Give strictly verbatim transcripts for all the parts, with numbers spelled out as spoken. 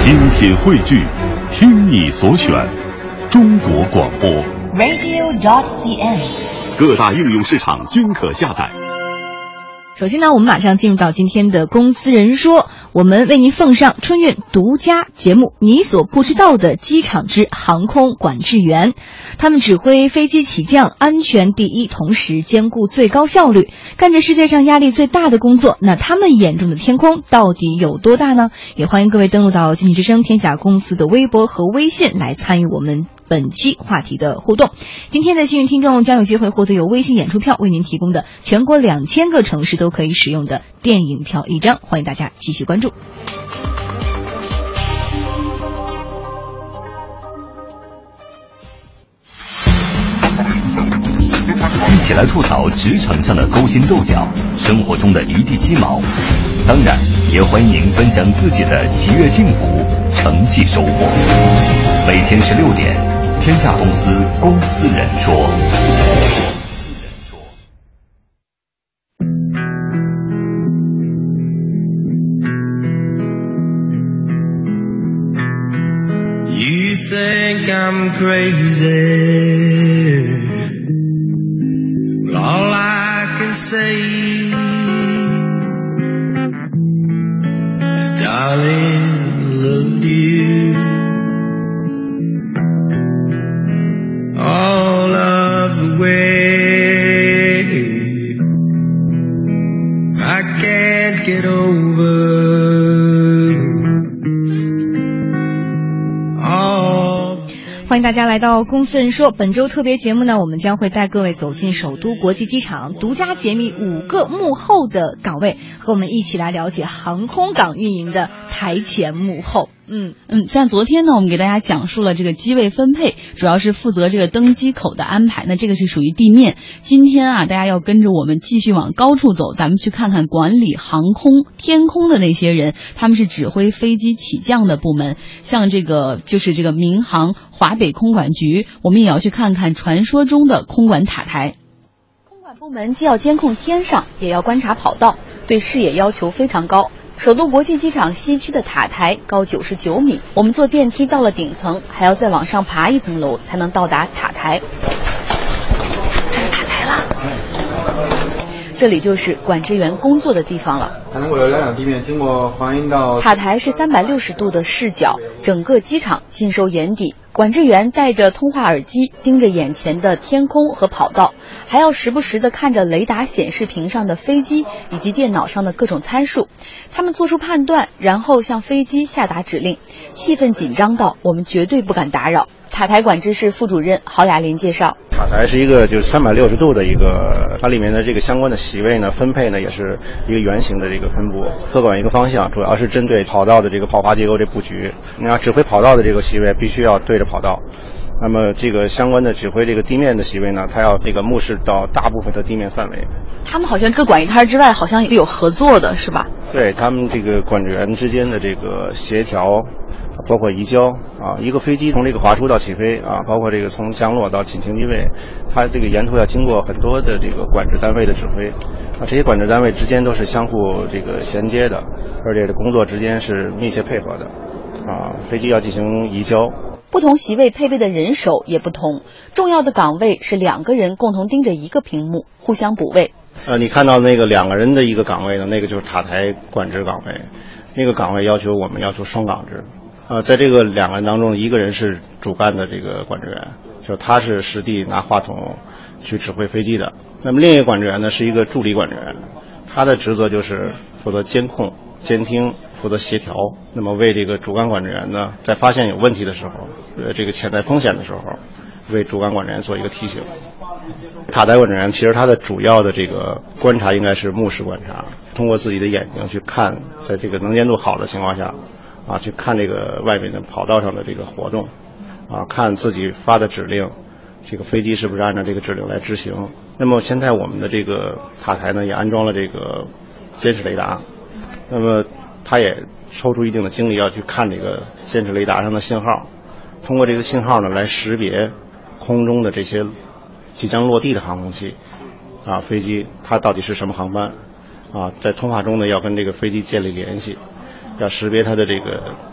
精品汇聚，听你所选，中国广播 radio dot c n， 各大应用市场均可下载。 首先呢，我们马上进入到今天的公司人说，我们为您奉上春运独家节目，你所不知道的机场之航空管制员。他们指挥飞机起降，安全第一，同时兼顾最高效率，干着世界上压力最大的工作。那他们眼中的天空到底有多大呢？也欢迎各位登录到经济之声天下公司的微博和微信来参与我们本期话题的互动。今天的幸运听众将有机会获得由微信演出票为您提供的全国两千个城市都可以使用的电影票一张，欢迎大家继续关注。 一起来吐槽职场上的勾心斗角，生活中的一地鸡毛。当然，也欢迎您分享自己的喜悦、幸福、成绩、收获。每天十六点，天下公司公司人说。 You think I'm crazy? All I can say is, darling, I love you all of the way. I can't get over all. 欢迎大家来到公司人说，本周特别节目呢，我们将会带各位走进首都国际机场，独家解密五个幕后的岗位，和我们一起来了解航空港运营的台前幕后。嗯嗯，像昨天呢，我们给大家讲述了这个机位分配，主要是负责这个登机口的安排，那这个是属于地面。今天啊，大家要跟着我们继续往高处走，咱们去看看管理航空天空的那些人，他们是指挥飞机起降的部门，像这个就是这个民航华北空管局，我们也要去看看传说中的空管塔台。空管部门既要监控天上，也要观察跑道，对视野要求非常高。首都国际机场西区的塔台高九十九米，我们坐电梯到了顶层，还要再往上爬一层楼才能到达塔台。这是塔台了，这里就是管制员工作的地方了。 还能过了两两地面，经过黄阴道。 塔台是三百六十度的视角，整个机场尽收眼底。管制员戴着通话耳机，盯着眼前的天空和跑道，还要时不时地看着雷达显示屏上的飞机以及电脑上的各种参数。他们做出判断，然后向飞机下达指令，气氛紧张到我们绝对不敢打扰。塔台管制室副主任郝雅林介绍， 塔台是一个就是三百六十度的一个，它里面的这个相关的席位呢分配呢也是一个圆形的这个分布，各管一个方向，主要是针对跑道的这个跑滑结构这布局。你要指挥跑道的这个席位必须要对着跑道，那么这个相关的指挥这个地面的席位呢，它要这个目视到大部分的地面范围。 他们好像各管一摊之外，好像也有合作的，是吧？ 对，他们这个管制员之间的这个协调，包括移交啊，一个飞机从这个滑出到起飞啊，包括这个从降落到进行机位，它这个沿途要经过很多的这个管制单位的指挥啊，这些管制单位之间都是相互这个衔接的，而且工作之间是密切配合的啊，飞机要进行移交。 不同席位配备的人手也不同，重要的岗位是两个人共同盯着一个屏幕，互相补位。 呃，你看到那个两个人的一个岗位呢，那个就是塔台管制岗位，那个岗位要求我们要求双岗制。呃，在这个两个人当中，一个人是主干的这个管制员，就是他是实地拿话筒去指挥飞机的。那么另一个管制员呢是一个助理管制员，他的职责就是负责监控、监听，负责协调。那么为这个主干管制员呢，在发现有问题的时候，呃，这个潜在风险的时候，为主干管制员做一个提醒。塔台管制员其实他的主要的这个观察应该是目视观察，通过自己的眼睛去看，在这个能见度好的情况下啊，去看这个外面的跑道上的这个活动啊，看自己发的指令，这个飞机是不是按照这个指令来执行。那么现在我们的这个塔台呢也安装了这个监视雷达，那么它也抽出一定的精力要去看这个监视雷达上的信号，通过这个信号呢来识别空中的这些即将落地的航空器啊，飞机它到底是什么航班啊，在通话中呢要跟这个飞机建立联系，要识别它的这个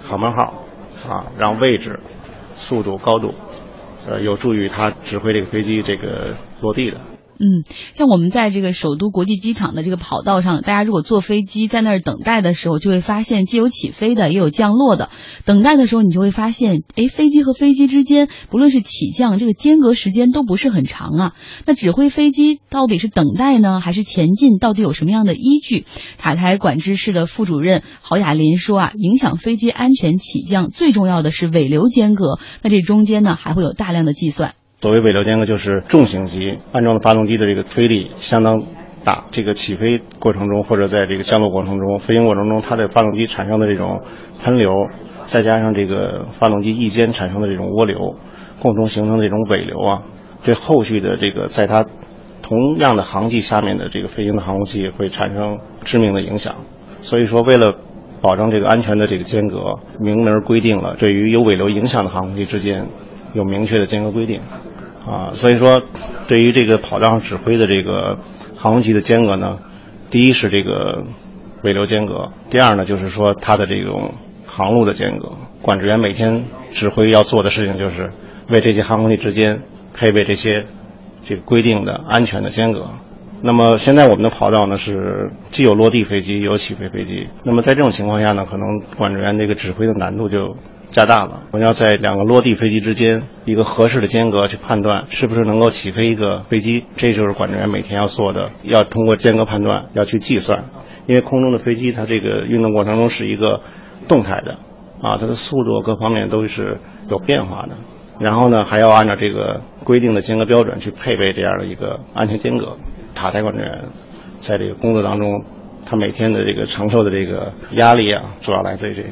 航班号啊，让位置、速度、高度，呃，有助于他指挥这个飞机这个落地的。 嗯，像我们在这个首都国际机场的这个跑道上，大家如果坐飞机在那儿等待的时候，就会发现既有起飞的，也有降落的。等待的时候，你就会发现，哎，飞机和飞机之间，不论是起降，这个间隔时间都不是很长啊。那指挥飞机到底是等待呢，还是前进？到底有什么样的依据？塔台管制室的副主任郝雅林说啊，影响飞机安全起降最重要的是尾流间隔，那这中间呢还会有大量的计算。 所谓尾流间隔，就是重型机安装的发动机的这个推力相当大，这个起飞过程中或者在这个降落过程中、飞行过程中，它的发动机产生的这种喷流，再加上这个发动机翼尖产生的这种涡流，共同形成这种尾流啊，对后续的这个在它同样的航迹下面的这个飞行的航空器会产生致命的影响。所以说，为了保证这个安全的这个间隔，明文规定了对于有尾流影响的航空器之间有明确的间隔规定。啊，所以说，对于这个跑道上指挥的这个航空器的间隔呢，第一是这个尾流间隔，第二呢就是说它的这种航路的间隔。管制员每天指挥要做的事情就是为这些航空器之间配备这些这个规定的安全的间隔。那么现在我们的跑道呢是既有落地飞机，也有起飞飞机。那么在这种情况下呢，可能管制员这个指挥的难度就加大了。我们要在两个落地飞机之间一个合适的间隔去判断是不是能够起飞一个飞机，这就是管制员每天要做的，要通过间隔判断要去计算。因为空中的飞机它这个运动过程中是一个动态的啊，它的速度各方面都是有变化的。然后呢，还要按照这个规定的间隔标准去配备这样的一个安全间隔。塔台管制员在这个工作当中，他每天的这个承受的这个压力啊，主要来自于这个。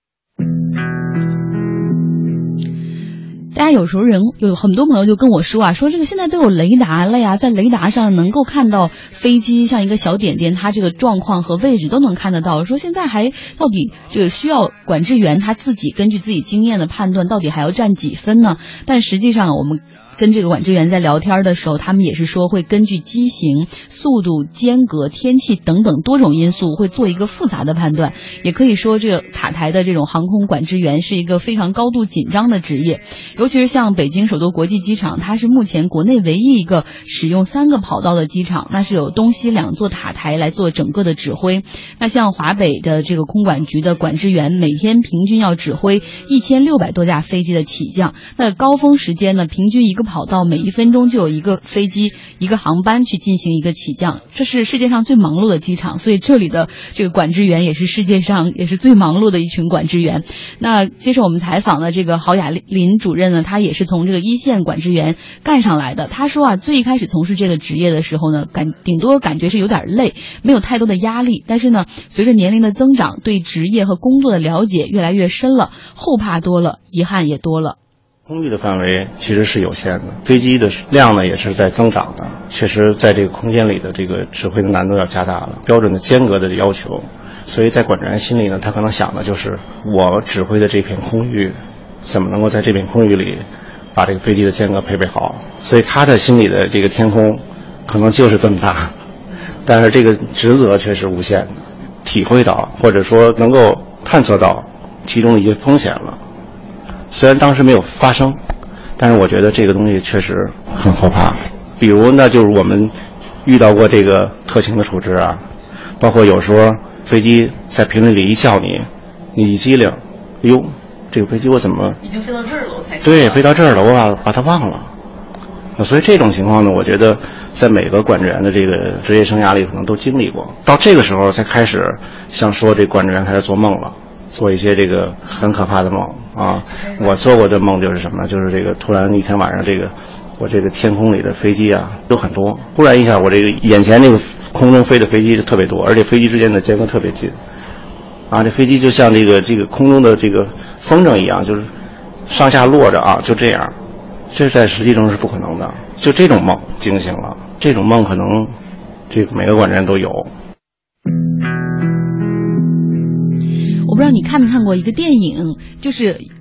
大家有时候人有很多朋友就跟我说啊，说这个现在都有雷达了呀，在雷达上能够看到飞机像一个小点点，它这个状况和位置都能看得到。说现在还到底这个需要管制员他自己根据自己经验的判断，到底还要占几分呢？但实际上我们跟这个管制员在聊天的时候，他们也是说会根据机型、速度、间隔、天气等等多种因素会做一个复杂的判断。也可以说这个塔台的这种航空管制员是一个非常高度紧张的职业，尤其是像北京首都国际机场，它是目前国内唯一一个使用三个跑道的机场，那是有东西两座塔台来做整个的指挥。那像华北的这个空管局的管制员每天平均要指挥一千六百多架飞机的起降，那高峰时间呢，平均一个跑道每一分钟就有一个飞机一个航班去进行一个起降，这是世界上最忙碌的机场，所以这里的这个管制员也是世界上也是最忙碌的一群管制员。那接受我们采访的这个郝雅林主任呢，他也是从这个一线管制员干上来的。他说啊，最一开始从事这个职业的时候呢，感顶多感觉是有点累，没有太多的压力，但是呢，随着年龄的增长，对职业和工作的了解越来越深了，后怕多了，遗憾也多了。 空域的范围其实是有限的，飞机的量呢也是在增长的，确实在这个空间里的这个指挥的难度要加大了，标准的间隔的要求。所以在管制员心里呢，他可能想的就是我指挥的这片空域怎么能够在这片空域里把这个飞机的间隔配备好。所以他的心里的这个天空可能就是这么大，但是这个职责却是无限的，体会到或者说能够探测到其中的一些风险了。虽然当时没有发生，但是我觉得这个东西确实很后怕。比如呢，就是我们遇到过这个特情的处置啊，包括有时候飞机在频率里一叫你，你一机灵，哎呦，这个飞机我怎么已经飞到这儿了，我才对，飞到这儿了，我把把它忘了。所以这种情况呢，我觉得在每个管制员的这个职业生涯里可能都经历过。到这个时候才开始像说这管制员开始做梦了，做一些这个很可怕的梦啊！我做过的梦就是什么呢？就是这个突然一天晚上，这个我这个天空里的飞机啊有很多，忽然一下我这个眼前这个空中飞的飞机就特别多，而且飞机之间的间隔特别近啊！这飞机就像这个这个空中的这个风筝一样，就是上下落着啊，就这样。这在实际中是不可能的。就这种梦惊醒了，这种梦可能这个每个管制员都有。 我不知道你看没看过一个电影，就是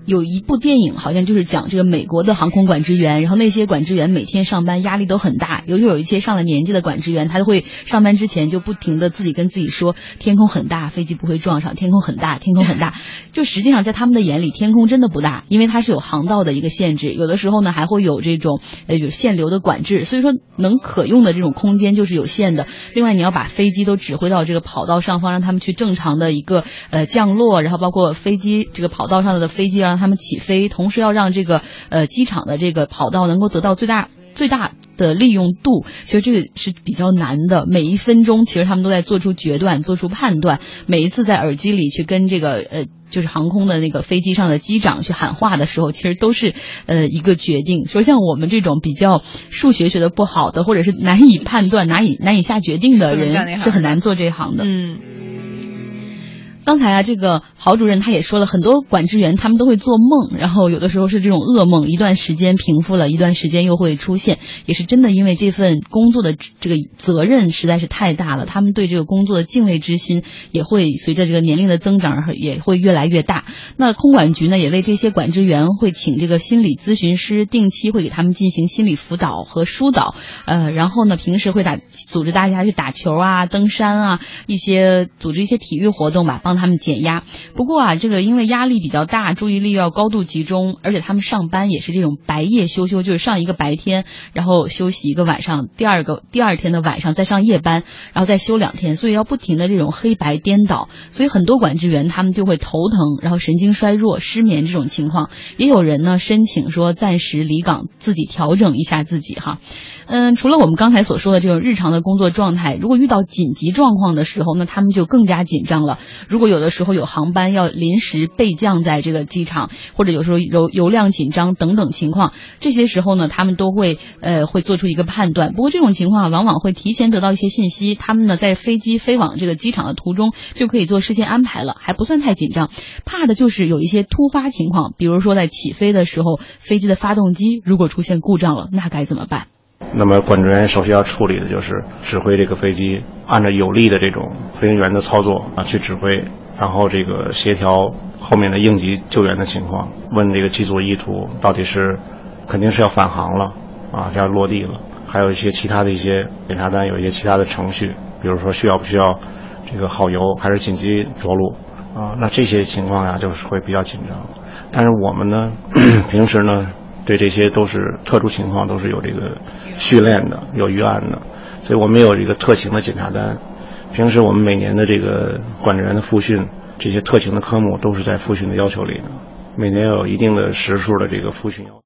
有一部电影好像就是讲这个美国的航空管制员，然后那些管制员每天上班压力都很大，尤其有一些上了年纪的管制员，他都会上班之前就不停的自己跟自己说天空很大，飞机不会撞上，天空很大，天空很大。就实际上在他们的眼里，天空真的不大，因为它是有航道的一个限制，有的时候呢还会有这种呃有限流的管制，所以说能可用的这种空间就是有限的。另外你要把飞机都指挥到这个跑道上方，让他们去正常的一个呃降落，然后包括飞机这个跑道上的飞机让他们起飞，同时要让这个呃机场的这个跑道能够得到最大最大的利用度，其实这个是比较难的。每一分钟其实他们都在做出决断，做出判断，每一次在耳机里去跟这个呃就是航空的那个飞机上的机长去喊话的时候，其实都是呃一个决定。说像我们这种比较数学学的不好的，或者是难以判断难以难以下决定的人，是很难做这一行的。嗯。刚才啊，这个郝主任他也说了，很多管制员他们都会做梦，然后有的时候是这种噩梦，一段时间平复了，一段时间又会出现，也是真的因为这份工作的这个责任实在是太大了，他们对这个工作的敬畏之心也会随着这个年龄的增长也会越来越大。那空管局呢，也为这些管制员会请这个心理咨询师，定期会给他们进行心理辅导和疏导，呃，然后呢，平时会打组织大家去打球啊、登山啊，一些组织一些体育活动吧，帮他们减压。不过啊，这个因为压力比较大，注意力要高度集中，而且他们上班也是这种白夜休休，就是上一个白天，然后休息一个晚上，第二个第二天的晚上再上夜班，然后再休两天，所以要不停的这种黑白颠倒，所以很多管制员他们就会头疼，然后神经衰弱、失眠这种情况。也有人呢申请说暂时离岗，自己调整一下自己哈。嗯，除了我们刚才所说的这种日常的工作状态，如果遇到紧急状况的时候，那他们就更加紧张了。如果有的时候有航班要临时备降在这个机场，或者有时候油油量紧张等等情况，这些时候呢，他们都会呃会做出一个判断。不过这种情况往往会提前得到一些信息，他们呢在飞机飞往这个机场的途中就可以做事先安排了，还不算太紧张。怕的就是有一些突发情况，比如说在起飞的时候，飞机的发动机如果出现故障了，那该怎么办？ 那么管制员首先要处理的就是指挥这个飞机按照有利的这种飞行员的操作啊去指挥，然后这个协调后面的应急救援的情况，问这个机组意图到底是肯定是要返航了啊，要落地了，还有一些其他的一些检查单，有一些其他的程序，比如说需要不需要这个耗油还是紧急着陆啊，那这些情况呀就是会比较紧张。但是我们呢平时呢对这些都是特殊情况都是有这个训练的，有预案的，所以我们有这个特情的检查单。平时我们每年的这个管制员的复训，这些特情的科目都是在复训的要求里的，每年有一定的时数的这个复训要求。